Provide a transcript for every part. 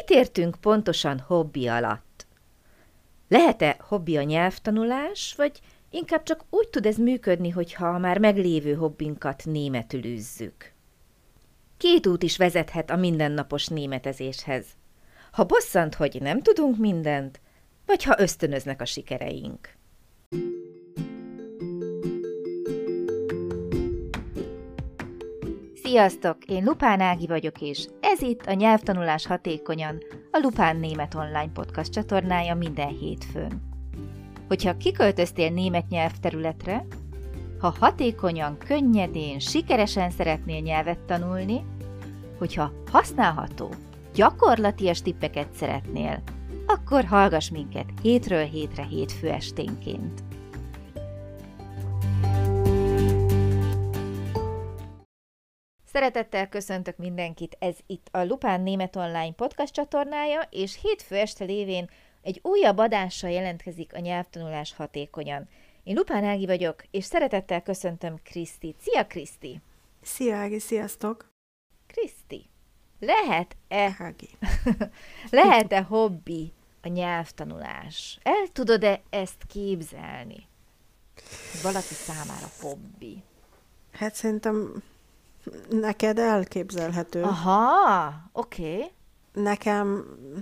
Mit értünk pontosan hobbi alatt? Lehet-e hobbi a nyelvtanulás, vagy inkább csak úgy tud ez működni, hogyha a már meglévő hobbinkat németül űzzük? Két út is vezethet a mindennapos németezéshez. Ha bosszant, hogy nem tudunk mindent, vagy ha ösztönöznek a sikereink. Sziasztok! Én Lupán Ági vagyok, és ez itt a Nyelvtanulás hatékonyan, a Lupán Német Online Podcast csatornája minden hétfőn. Hogyha kiköltöztél német nyelvterületre, ha hatékonyan, könnyedén, sikeresen szeretnél nyelvet tanulni, hogyha használható, gyakorlatias tippeket szeretnél, akkor hallgass minket hétről hétre hétfő esténként. Szeretettel köszöntök mindenkit, ez itt a Lupán Német Online Podcast csatornája, és hétfő este lévén egy újabb adással jelentkezik a Nyelvtanulás hatékonyan. Én Lupán Ági vagyok, és szeretettel köszöntöm Krisztit. Szia, Kriszti! Szia, Ági, sziasztok! Kriszti, lehet-e Ági. lehet-e hobbi a nyelvtanulás? El tudod-e ezt képzelni? Valaki számára hobbi. Hát szerintem neked elképzelhető. Aha, oké. Nekem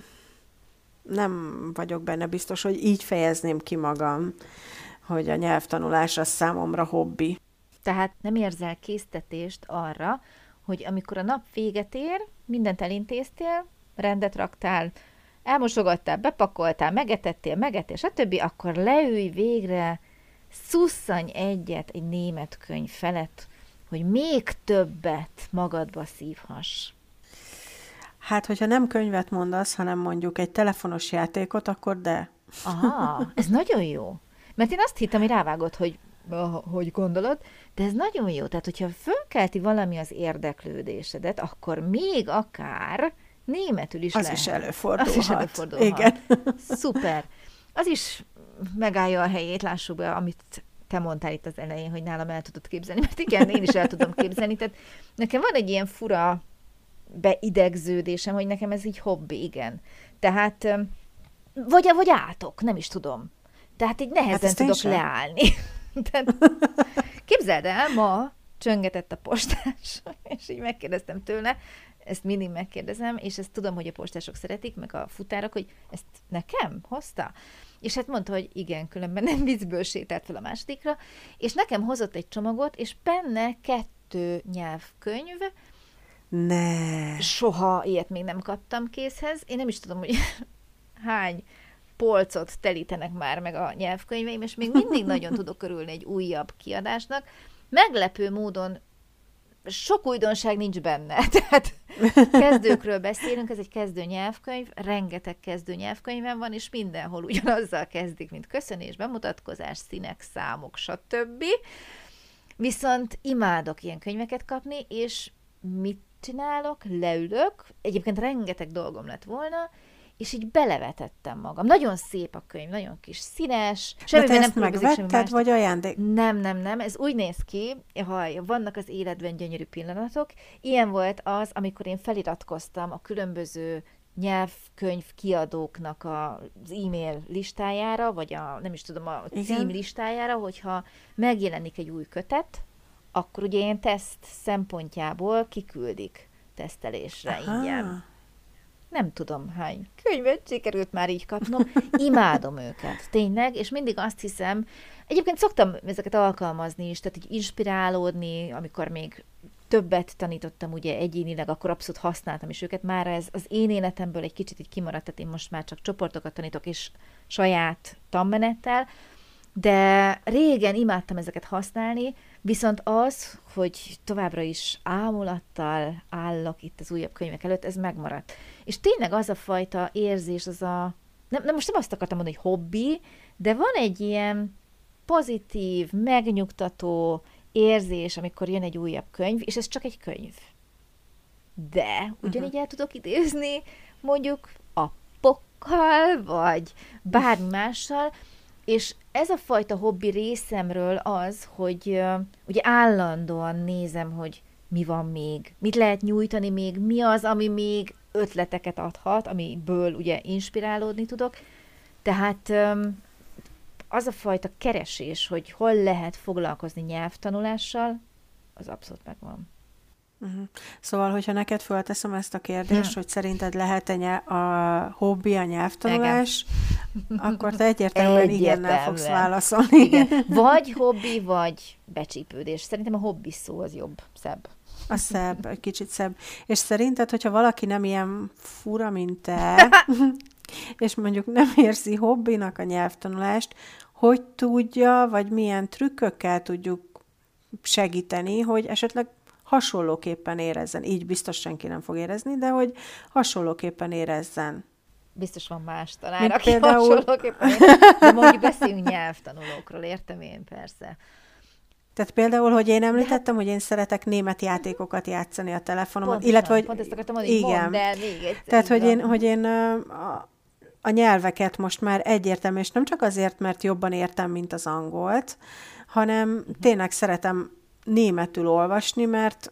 nem vagyok benne biztos, hogy így fejezném ki magam, hogy a nyelvtanulás az számomra hobbi. Tehát nem érzel késztetést arra, hogy amikor a nap véget ér, mindent elintéztél, rendet raktál, elmosogattál, bepakoltál, megetettél, stb., akkor leülj végre, szusszanj egyet egy német könyv felett, hogy még többet magadba szívhass. Hát, hogyha nem könyvet mondasz, hanem mondjuk egy telefonos játékot, akkor de. Aha, ez nagyon jó. Mert én azt hittem, hogy rávágod, hogy gondolod, de ez nagyon jó. Tehát, hogyha fölkelti valami az érdeklődésedet, akkor még akár németül is lehet. Az is előfordulhat. Az is előfordulhat. Igen. Szuper. Az is megállja a helyét, lássuk be, amit te mondtál itt az elején, hogy nálam el tudod képzelni, mert igen, én is el tudom képzelni. Tehát nekem van egy ilyen fura beidegződésem, hogy nekem ez így hobbi, igen. Tehát, vagy átok, nem is tudom. Tehát így nehezen tudok leállni. Tehát, képzeld el, ma csöngetett a postás, és így megkérdeztem tőle, ezt mindig megkérdezem, és ezt tudom, hogy a postások szeretik, meg a futárok, hogy ezt nekem hozta? És hát mondta, hogy igen, különben nem viccből sétált fel a másodikra, és nekem hozott egy csomagot, és benne 2 nyelvkönyv. Ne. Soha ilyet még nem kaptam készhez. Én nem is tudom, hogy hány polcot telítenek már meg a nyelvkönyveim, és még mindig nagyon tudok örülni egy újabb kiadásnak. Meglepő módon sok újdonság nincs benne. Tehát kezdőkről beszélünk, ez egy kezdő nyelvkönyv, rengeteg kezdő nyelvkönyvem van, és mindenhol ugyanazzal kezdik, mint köszönés, bemutatkozás, színek, számok, stb. Viszont imádok ilyen könyveket kapni, és mit csinálok? Leülök, egyébként rengeteg dolgom lett volna, és így belevetettem magam. Nagyon szép a könyv, nagyon kis színes. De te ezt megvetted, vagy ajándék? Nem. Ez úgy néz ki, ha vannak az életben gyönyörű pillanatok. Ilyen volt az, amikor én feliratkoztam a különböző nyelvkönyv kiadóknak az e-mail listájára, vagy a cím listájára, hogyha megjelenik egy új kötet, akkor ugye ilyen teszt szempontjából kiküldik tesztelésre ingyen. Nem tudom, hány könyvet sikerült már így kapnom. Imádom őket, tényleg, és mindig azt hiszem, egyébként szoktam ezeket alkalmazni is, tehát így inspirálódni, amikor még többet tanítottam ugye egyénileg, akkor abszolút használtam is őket. Már ez az én életemből egy kicsit így kimaradt, tehát én most már csak csoportokat tanítok, és saját tanmenettel, de régen imádtam ezeket használni, viszont az, hogy továbbra is ámulattal állok itt az újabb könyvek előtt, ez megmaradt. És tényleg az a fajta érzés, most nem azt akartam mondani, hogy hobbi, de van egy ilyen pozitív, megnyugtató érzés, amikor jön egy újabb könyv, és ez csak egy könyv. De ugyanígy el tudok idézni mondjuk appokkal, vagy bármi mással, és ez a fajta hobbi részemről az, hogy ugye állandóan nézem, hogy mi van még, mit lehet nyújtani még, mi az, ami még ötleteket adhat, amiből ugye inspirálódni tudok. Tehát az a fajta keresés, hogy hol lehet foglalkozni nyelvtanulással, az abszolút megvan. Szóval, hogyha neked fölteszem ezt a kérdést, hogy szerinted lehet-e a hobbi a nyelvtanulás, akkor te egyértelműen igennel fogsz válaszolni. Igen. Vagy hobbi, vagy becsípődés. Szerintem a hobbi szó az jobb, szebb. A szebb, egy kicsit szebb. És szerinted, hogyha valaki nem ilyen fura, mint te, és mondjuk nem érzi hobbinak a nyelvtanulást, hogy tudja, vagy milyen trükkökkel tudjuk segíteni, hogy esetleg hasonlóképpen érezzen. Így biztos senki nem fog érezni, de hogy hasonlóképpen érezzen. Biztos van más tanár, aki hasonlóképpen érez, de mondjuk beszéljünk nyelvtanulókról, értem én persze. Tehát például, hogy én említettem, hogy én szeretek német játékokat játszani a telefonomon, Pontosan, illetve, hogy pont ezt akartam mondani, igen. Mondd el még egyszer. Tehát, hogy én a nyelveket most már egyértelmű, és nem csak azért, mert jobban értem, mint az angolt, hanem tényleg szeretem németül olvasni,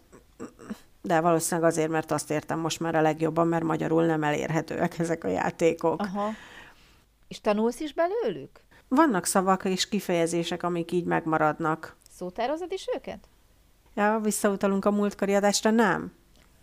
de valószínűleg azért, mert azt értem most már a legjobban, mert magyarul nem elérhetőek ezek a játékok. Aha. És tanulsz is belőlük? Vannak szavak és kifejezések, amik így megmaradnak. Szótározod is őket? Ja, visszautalunk a múltkori adásra, nem?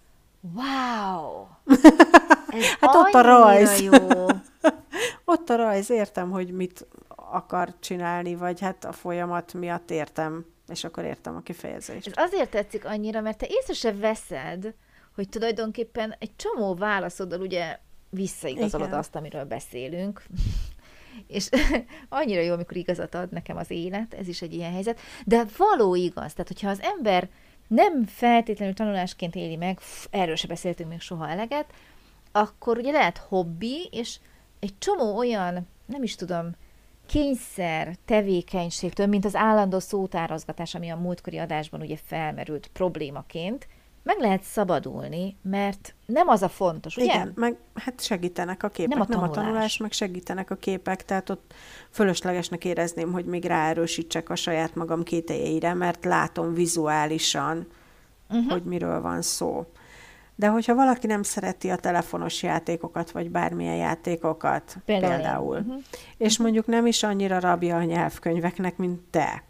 Wow! Ez hát ott a rajz. Jó. Ott a rajz, értem, hogy mit akar csinálni, vagy hát a folyamat miatt értem, és akkor értem a kifejezést. Ez azért tetszik annyira, mert te észre se veszed, hogy tulajdonképpen egy csomó válaszoddal ugye visszaigazolod azt, amiről beszélünk. És annyira jó, amikor igazat ad nekem az élet, ez is egy ilyen helyzet, de való igaz. Tehát, hogyha az ember nem feltétlenül tanulásként éli meg, erről se beszéltünk még soha eleget, akkor ugye lehet hobbi, és egy csomó olyan, nem is tudom, kényszer tevékenységtől, mint az állandó szótározgatás, ami a múltkori adásban ugye felmerült problémaként, meg lehet szabadulni, mert nem az a fontos, ugye? Igen, meg hát segítenek a képek, nem a tanulás, meg segítenek a képek, tehát ott fölöslegesnek érezném, hogy még ráerősítsek a saját magam kételjeire, mert látom vizuálisan, hogy miről van szó. De hogyha valaki nem szereti a telefonos játékokat, vagy bármilyen játékokat, például és mondjuk nem is annyira rabja a nyelvkönyveknek, mint te.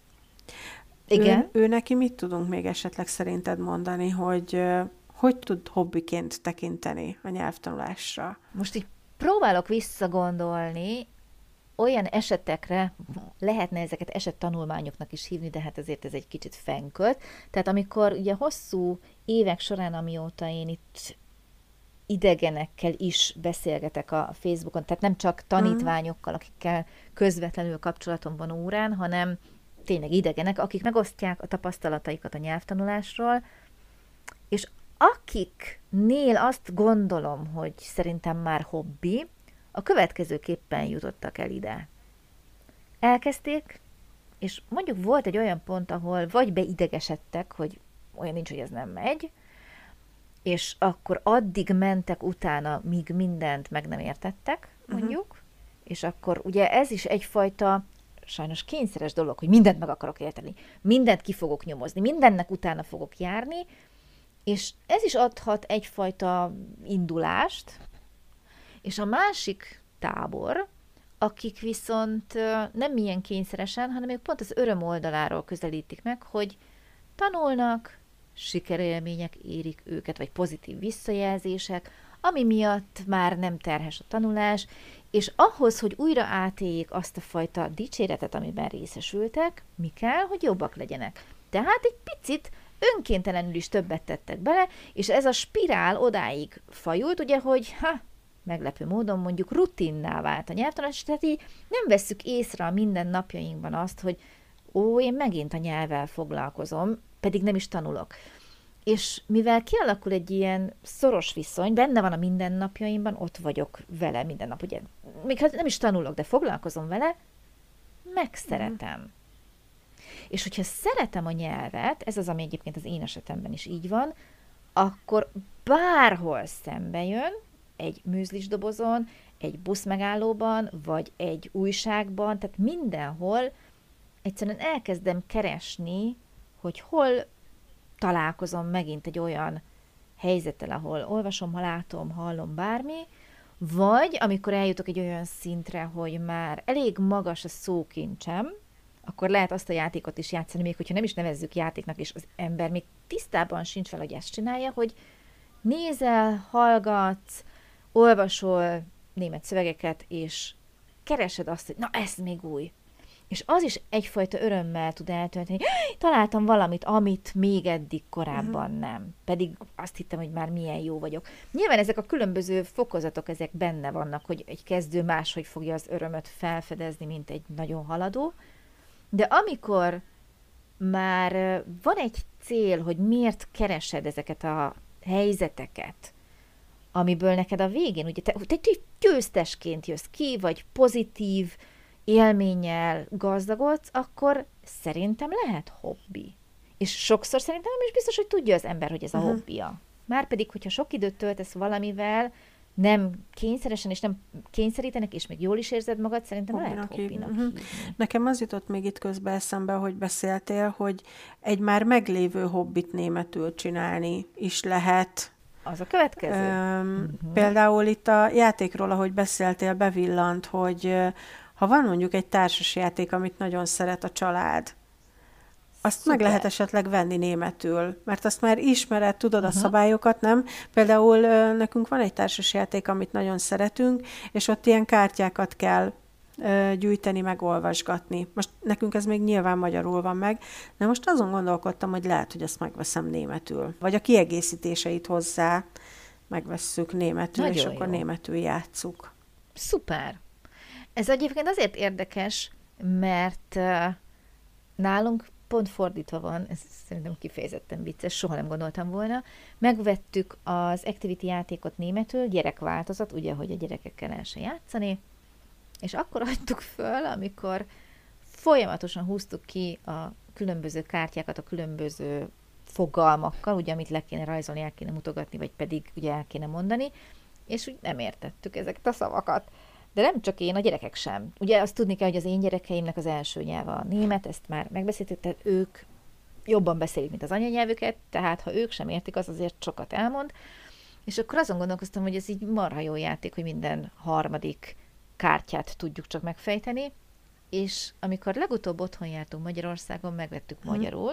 Igen. Ő neki mit tudunk még esetleg szerinted mondani, hogy tud hobbiként tekinteni a nyelvtanulásra? Most így próbálok visszagondolni olyan esetekre, lehetne ezeket esettanulmányoknak is hívni, de hát azért ez egy kicsit fenkölt. Tehát amikor ugye hosszú évek során, amióta én itt idegenekkel is beszélgetek a Facebookon, tehát nem csak tanítványokkal, akikkel közvetlenül kapcsolatom van órán, hanem tényleg idegenek, akik megosztják a tapasztalataikat a nyelvtanulásról, és akiknél azt gondolom, hogy szerintem már hobbi, a következőképpen jutottak el ide. Elkezdték, és mondjuk volt egy olyan pont, ahol vagy beidegesedtek, hogy olyan nincs, hogy ez nem megy, és akkor addig mentek utána, míg mindent meg nem értettek, mondjuk, és akkor ugye ez is egyfajta sajnos kényszeres dolog, hogy mindent meg akarok érteni, mindent ki fogok nyomozni, mindennek utána fogok járni, és ez is adhat egyfajta indulást, és a másik tábor, akik viszont nem ilyen kényszeresen, hanem ők pont az öröm oldaláról közelítik meg, hogy tanulnak, sikerélmények érik őket, vagy pozitív visszajelzések, ami miatt már nem terhes a tanulás, és ahhoz, hogy újra átéljék azt a fajta dicséretet, amiben részesültek, mi kell, hogy jobbak legyenek. Tehát egy picit önkéntelenül is többet tettek bele, és ez a spirál odáig fajult, ugye, hogy meglepő módon mondjuk rutinná vált a nyelvtanulás, tehát így nem vesszük észre a mindennapjainkban azt, hogy én megint a nyelvvel foglalkozom, pedig nem is tanulok. És mivel kialakul egy ilyen szoros viszony, benne van a mindennapjaimban, ott vagyok vele minden nap, ugye, még ha nem is tanulok, de foglalkozom vele, megszeretem. És hogyha szeretem a nyelvet, ez az, ami egyébként az én esetemben is így van, akkor bárhol szembe jön, egy műzlis dobozon, egy buszmegállóban, vagy egy újságban, tehát mindenhol egyszerűen elkezdem keresni, hogy hol találkozom megint egy olyan helyzettel, ahol olvasom, ha látom, hallom bármi, vagy amikor eljutok egy olyan szintre, hogy már elég magas a szókincsem, akkor lehet azt a játékot is játszani, még hogyha nem is nevezzük játéknak, és az ember még tisztában sincs fel, hogy ezt csinálja, hogy nézel, hallgatsz, olvasol német szövegeket, és keresed azt, hogy na ez még új. És az is egyfajta örömmel tud eltölteni, hogy találtam valamit, amit még eddig korábban nem. Pedig azt hittem, hogy már milyen jó vagyok. Nyilván ezek a különböző fokozatok, ezek benne vannak, hogy egy kezdő máshogy fogja az örömöt felfedezni, mint egy nagyon haladó. De amikor már van egy cél, hogy miért keresed ezeket a helyzeteket, amiből neked a végén, ugye te győztesként jössz ki, vagy pozitív élménnyel gazdagodsz, akkor szerintem lehet hobbi. És sokszor szerintem nem is biztos, hogy tudja az ember, hogy ez a hobbija. Márpedig, hogyha sok időt töltesz valamivel, nem kényszeresen, és nem kényszerítenek, és még jól is érzed magad, szerintem lehet hobbinak hívni. Nekem az jutott még itt közben eszembe, hogy beszéltél, hogy egy már meglévő hobbit németül csinálni is lehet. Az a következő. Például itt a játékról, ahogy beszéltél, bevillant, hogy ha van mondjuk egy társasjáték, amit nagyon szeret a család, azt Szuper. Meg lehet esetleg venni németül, mert azt már ismered, tudod a szabályokat, nem? Például nekünk van egy társasjáték, amit nagyon szeretünk, és ott ilyen kártyákat kell gyűjteni, meg olvasgatni. Most nekünk ez még nyilván magyarul van meg, de most azon gondolkodtam, hogy lehet, hogy azt megveszem németül. Vagy a kiegészítéseit hozzá megvesszük németül, nagyon és akkor jó. Németül játsszuk. Szuper! Ez egyébként azért érdekes, mert nálunk pont fordítva van, ez szerintem kifejezetten vicces, soha nem gondoltam volna. Megvettük az Activity játékot németül, gyerekváltozat, ugye, hogy a gyerekekkel lehessen játszani, és akkor adtuk föl, amikor folyamatosan húztuk ki a különböző kártyákat, a különböző fogalmakkal, ugye, amit le kéne rajzolni, el kéne mutogatni, vagy pedig ugye el kéne mondani, és úgy nem értettük ezeket a szavakat. De nem csak én, a gyerekek sem. Ugye azt tudni kell, hogy az én gyerekeimnek az első nyelve a német, ezt már megbeszéltük, tehát ők jobban beszélik, mint az anyanyelvüket, tehát ha ők sem értik, az azért sokat elmond. És akkor azon gondolkoztam, hogy ez így marha jó játék, hogy minden harmadik kártyát tudjuk csak megfejteni, és amikor legutóbb otthon jártunk Magyarországon, megvettük magyarul,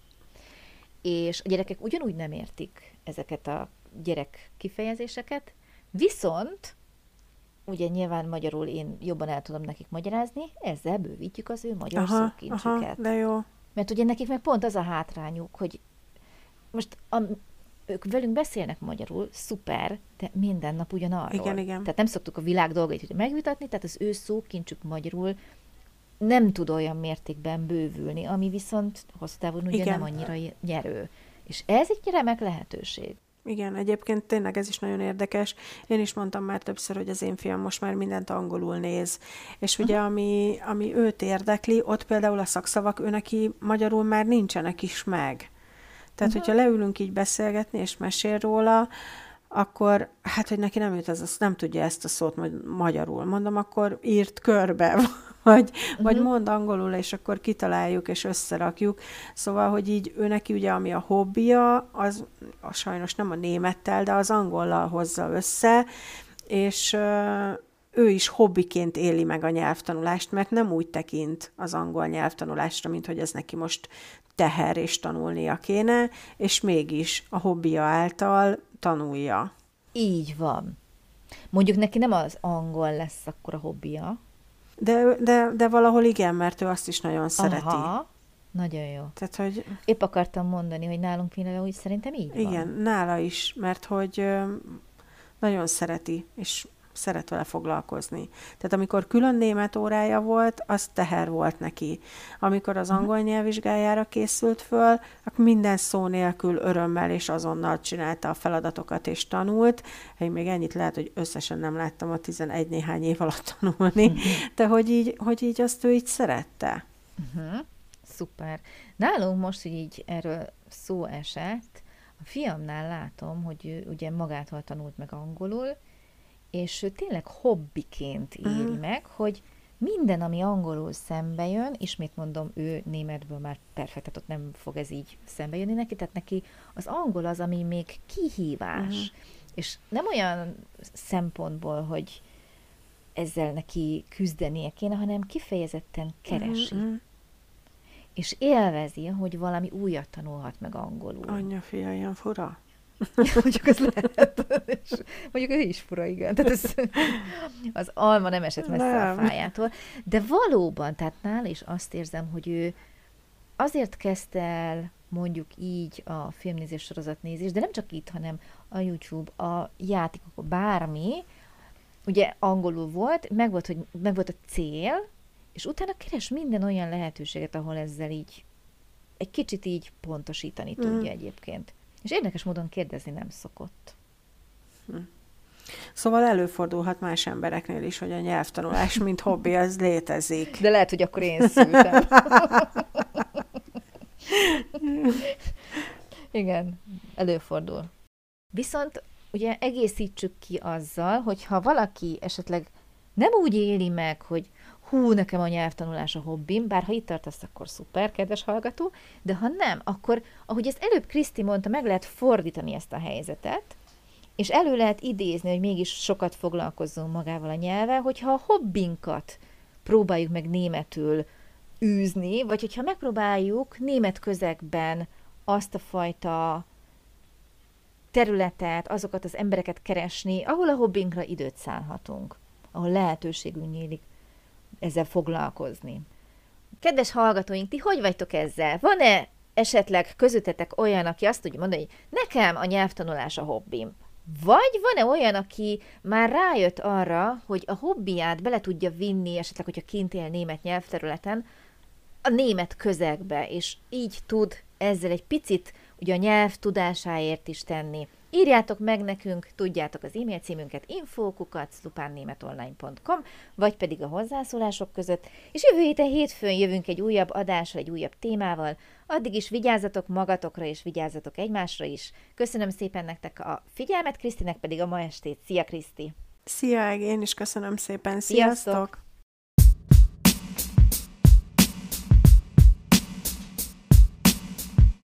és a gyerekek ugyanúgy nem értik ezeket a gyerek kifejezéseket, viszont ugye nyilván magyarul én jobban el tudom nekik magyarázni, ezzel bővítjük az ő magyar szókincsüket. De jó. Mert ugye nekik meg pont az a hátrányuk, hogy most ők velünk beszélnek magyarul, szuper, de minden nap ugyanarról. Igen. Tehát nem szoktuk a világ dolgait ugye megvitatni, tehát az ő szókincsük magyarul nem tud olyan mértékben bővülni, ami viszont hosszú távon ugye nem annyira nyerő. És ez egy remek lehetőség. Igen, egyébként tényleg ez is nagyon érdekes. Én is mondtam már többször, hogy az én fiam most már mindent angolul néz. És ugye, ami őt érdekli, ott például a szakszavak, ő neki magyarul már nincsenek is meg. Tehát, hogyha leülünk így beszélgetni, és mesél róla, akkor, hát, hogy neki nem jut nem tudja ezt a szót magyarul. Mondom, akkor írt körbe, vagy mond angolul, és akkor kitaláljuk, és összerakjuk. Szóval, hogy így ő neki ugye, ami a hobbija, az sajnos nem a némettel, de az angollal hozza össze, és ő is hobbiként éli meg a nyelvtanulást, mert nem úgy tekint az angol nyelvtanulásra, mint hogy ez neki most teher, és tanulnia kéne, és mégis a hobbija által tanulja. Így van. Mondjuk neki nem az angol lesz akkor a hobbija. De valahol igen, mert ő azt is nagyon szereti. Aha, nagyon jó. Tehát, hogy... Épp akartam mondani, hogy nálunk például úgy szerintem így van. Igen, nála is, mert hogy nagyon szereti, és szeret vele foglalkozni. Tehát amikor külön német órája volt, az teher volt neki. Amikor az angol nyelvvizsgájára készült föl, akkor minden szó nélkül örömmel és azonnal csinálta a feladatokat és tanult. Én még ennyit lehet, hogy összesen nem láttam a 11 néhány év alatt tanulni, de hogy így azt ő így szerette. Szuper. Nálunk most, hogy így erről szó esett, a fiamnál látom, hogy ő ugye magától tanult meg angolul, és ő tényleg hobbiként éli meg, hogy minden, ami angolul szembe jön, ismét mondom, ő németből már perfekt, tehát ott nem fog ez így szembe jönni neki, tehát neki az angol az, ami még kihívás. És nem olyan szempontból, hogy ezzel neki küzdenie kéne, hanem kifejezetten keresi. És élvezi, hogy valami újat tanulhat meg angolul. Anya, fia, ilyen fura? Mondjuk ez lehet. Mondjuk ez is fura, igen. Tehát az alma nem esett messze a fájától. De valóban, tehát nála is azt érzem, hogy ő azért kezdte el mondjuk így a filmnézés, sorozatnézés, de nem csak itt, hanem a YouTube, a játékok, bármi, ugye angolul volt, meg volt a cél, és utána keres minden olyan lehetőséget, ahol ezzel így egy kicsit így pontosítani tudja egyébként. És érdekes módon kérdezni nem szokott. Szóval előfordulhat más embereknél is, hogy a nyelvtanulás, mint hobbi, az létezik. De lehet, hogy akkor én szültem. Igen, előfordul. Viszont ugye egészítsük ki azzal, hogyha valaki esetleg nem úgy éli meg, hogy nekem a nyelvtanulás a hobbim, bár ha itt tartasz, akkor szuper, kedves hallgató, de ha nem, akkor, ahogy ezt előbb Kriszti mondta, meg lehet fordítani ezt a helyzetet, és elő lehet idézni, hogy mégis sokat foglalkozzunk magával a nyelvvel, hogyha a hobbinkat próbáljuk meg németül űzni, vagy hogyha megpróbáljuk német közegben azt a fajta területet, azokat az embereket keresni, ahol a hobbinkra időt szállhatunk, ahol lehetőségünk nyílik ezzel foglalkozni. Kedves hallgatóink, ti hogy vagytok ezzel? Van-e esetleg közöttetek olyan, aki azt tudja mondani, hogy nekem a nyelvtanulás a hobbim? Vagy van-e olyan, aki már rájött arra, hogy a hobbiját bele tudja vinni, esetleg, hogyha kint él német nyelvterületen, a német közegbe, és így tud ezzel egy picit ugye a nyelv tudásáért is tenni. Írjátok meg nekünk, tudjátok az e-mail címünket info@slupánnémetonline.com, vagy pedig a hozzászólások között, és jövő hétfőn jövünk egy újabb adással, egy újabb témával. Addig is vigyázzatok magatokra, és vigyázzatok egymásra is. Köszönöm szépen nektek a figyelmet, Krisztinek pedig a ma estét. Szia, Kriszti! Szia, én is köszönöm szépen. Sziasztok!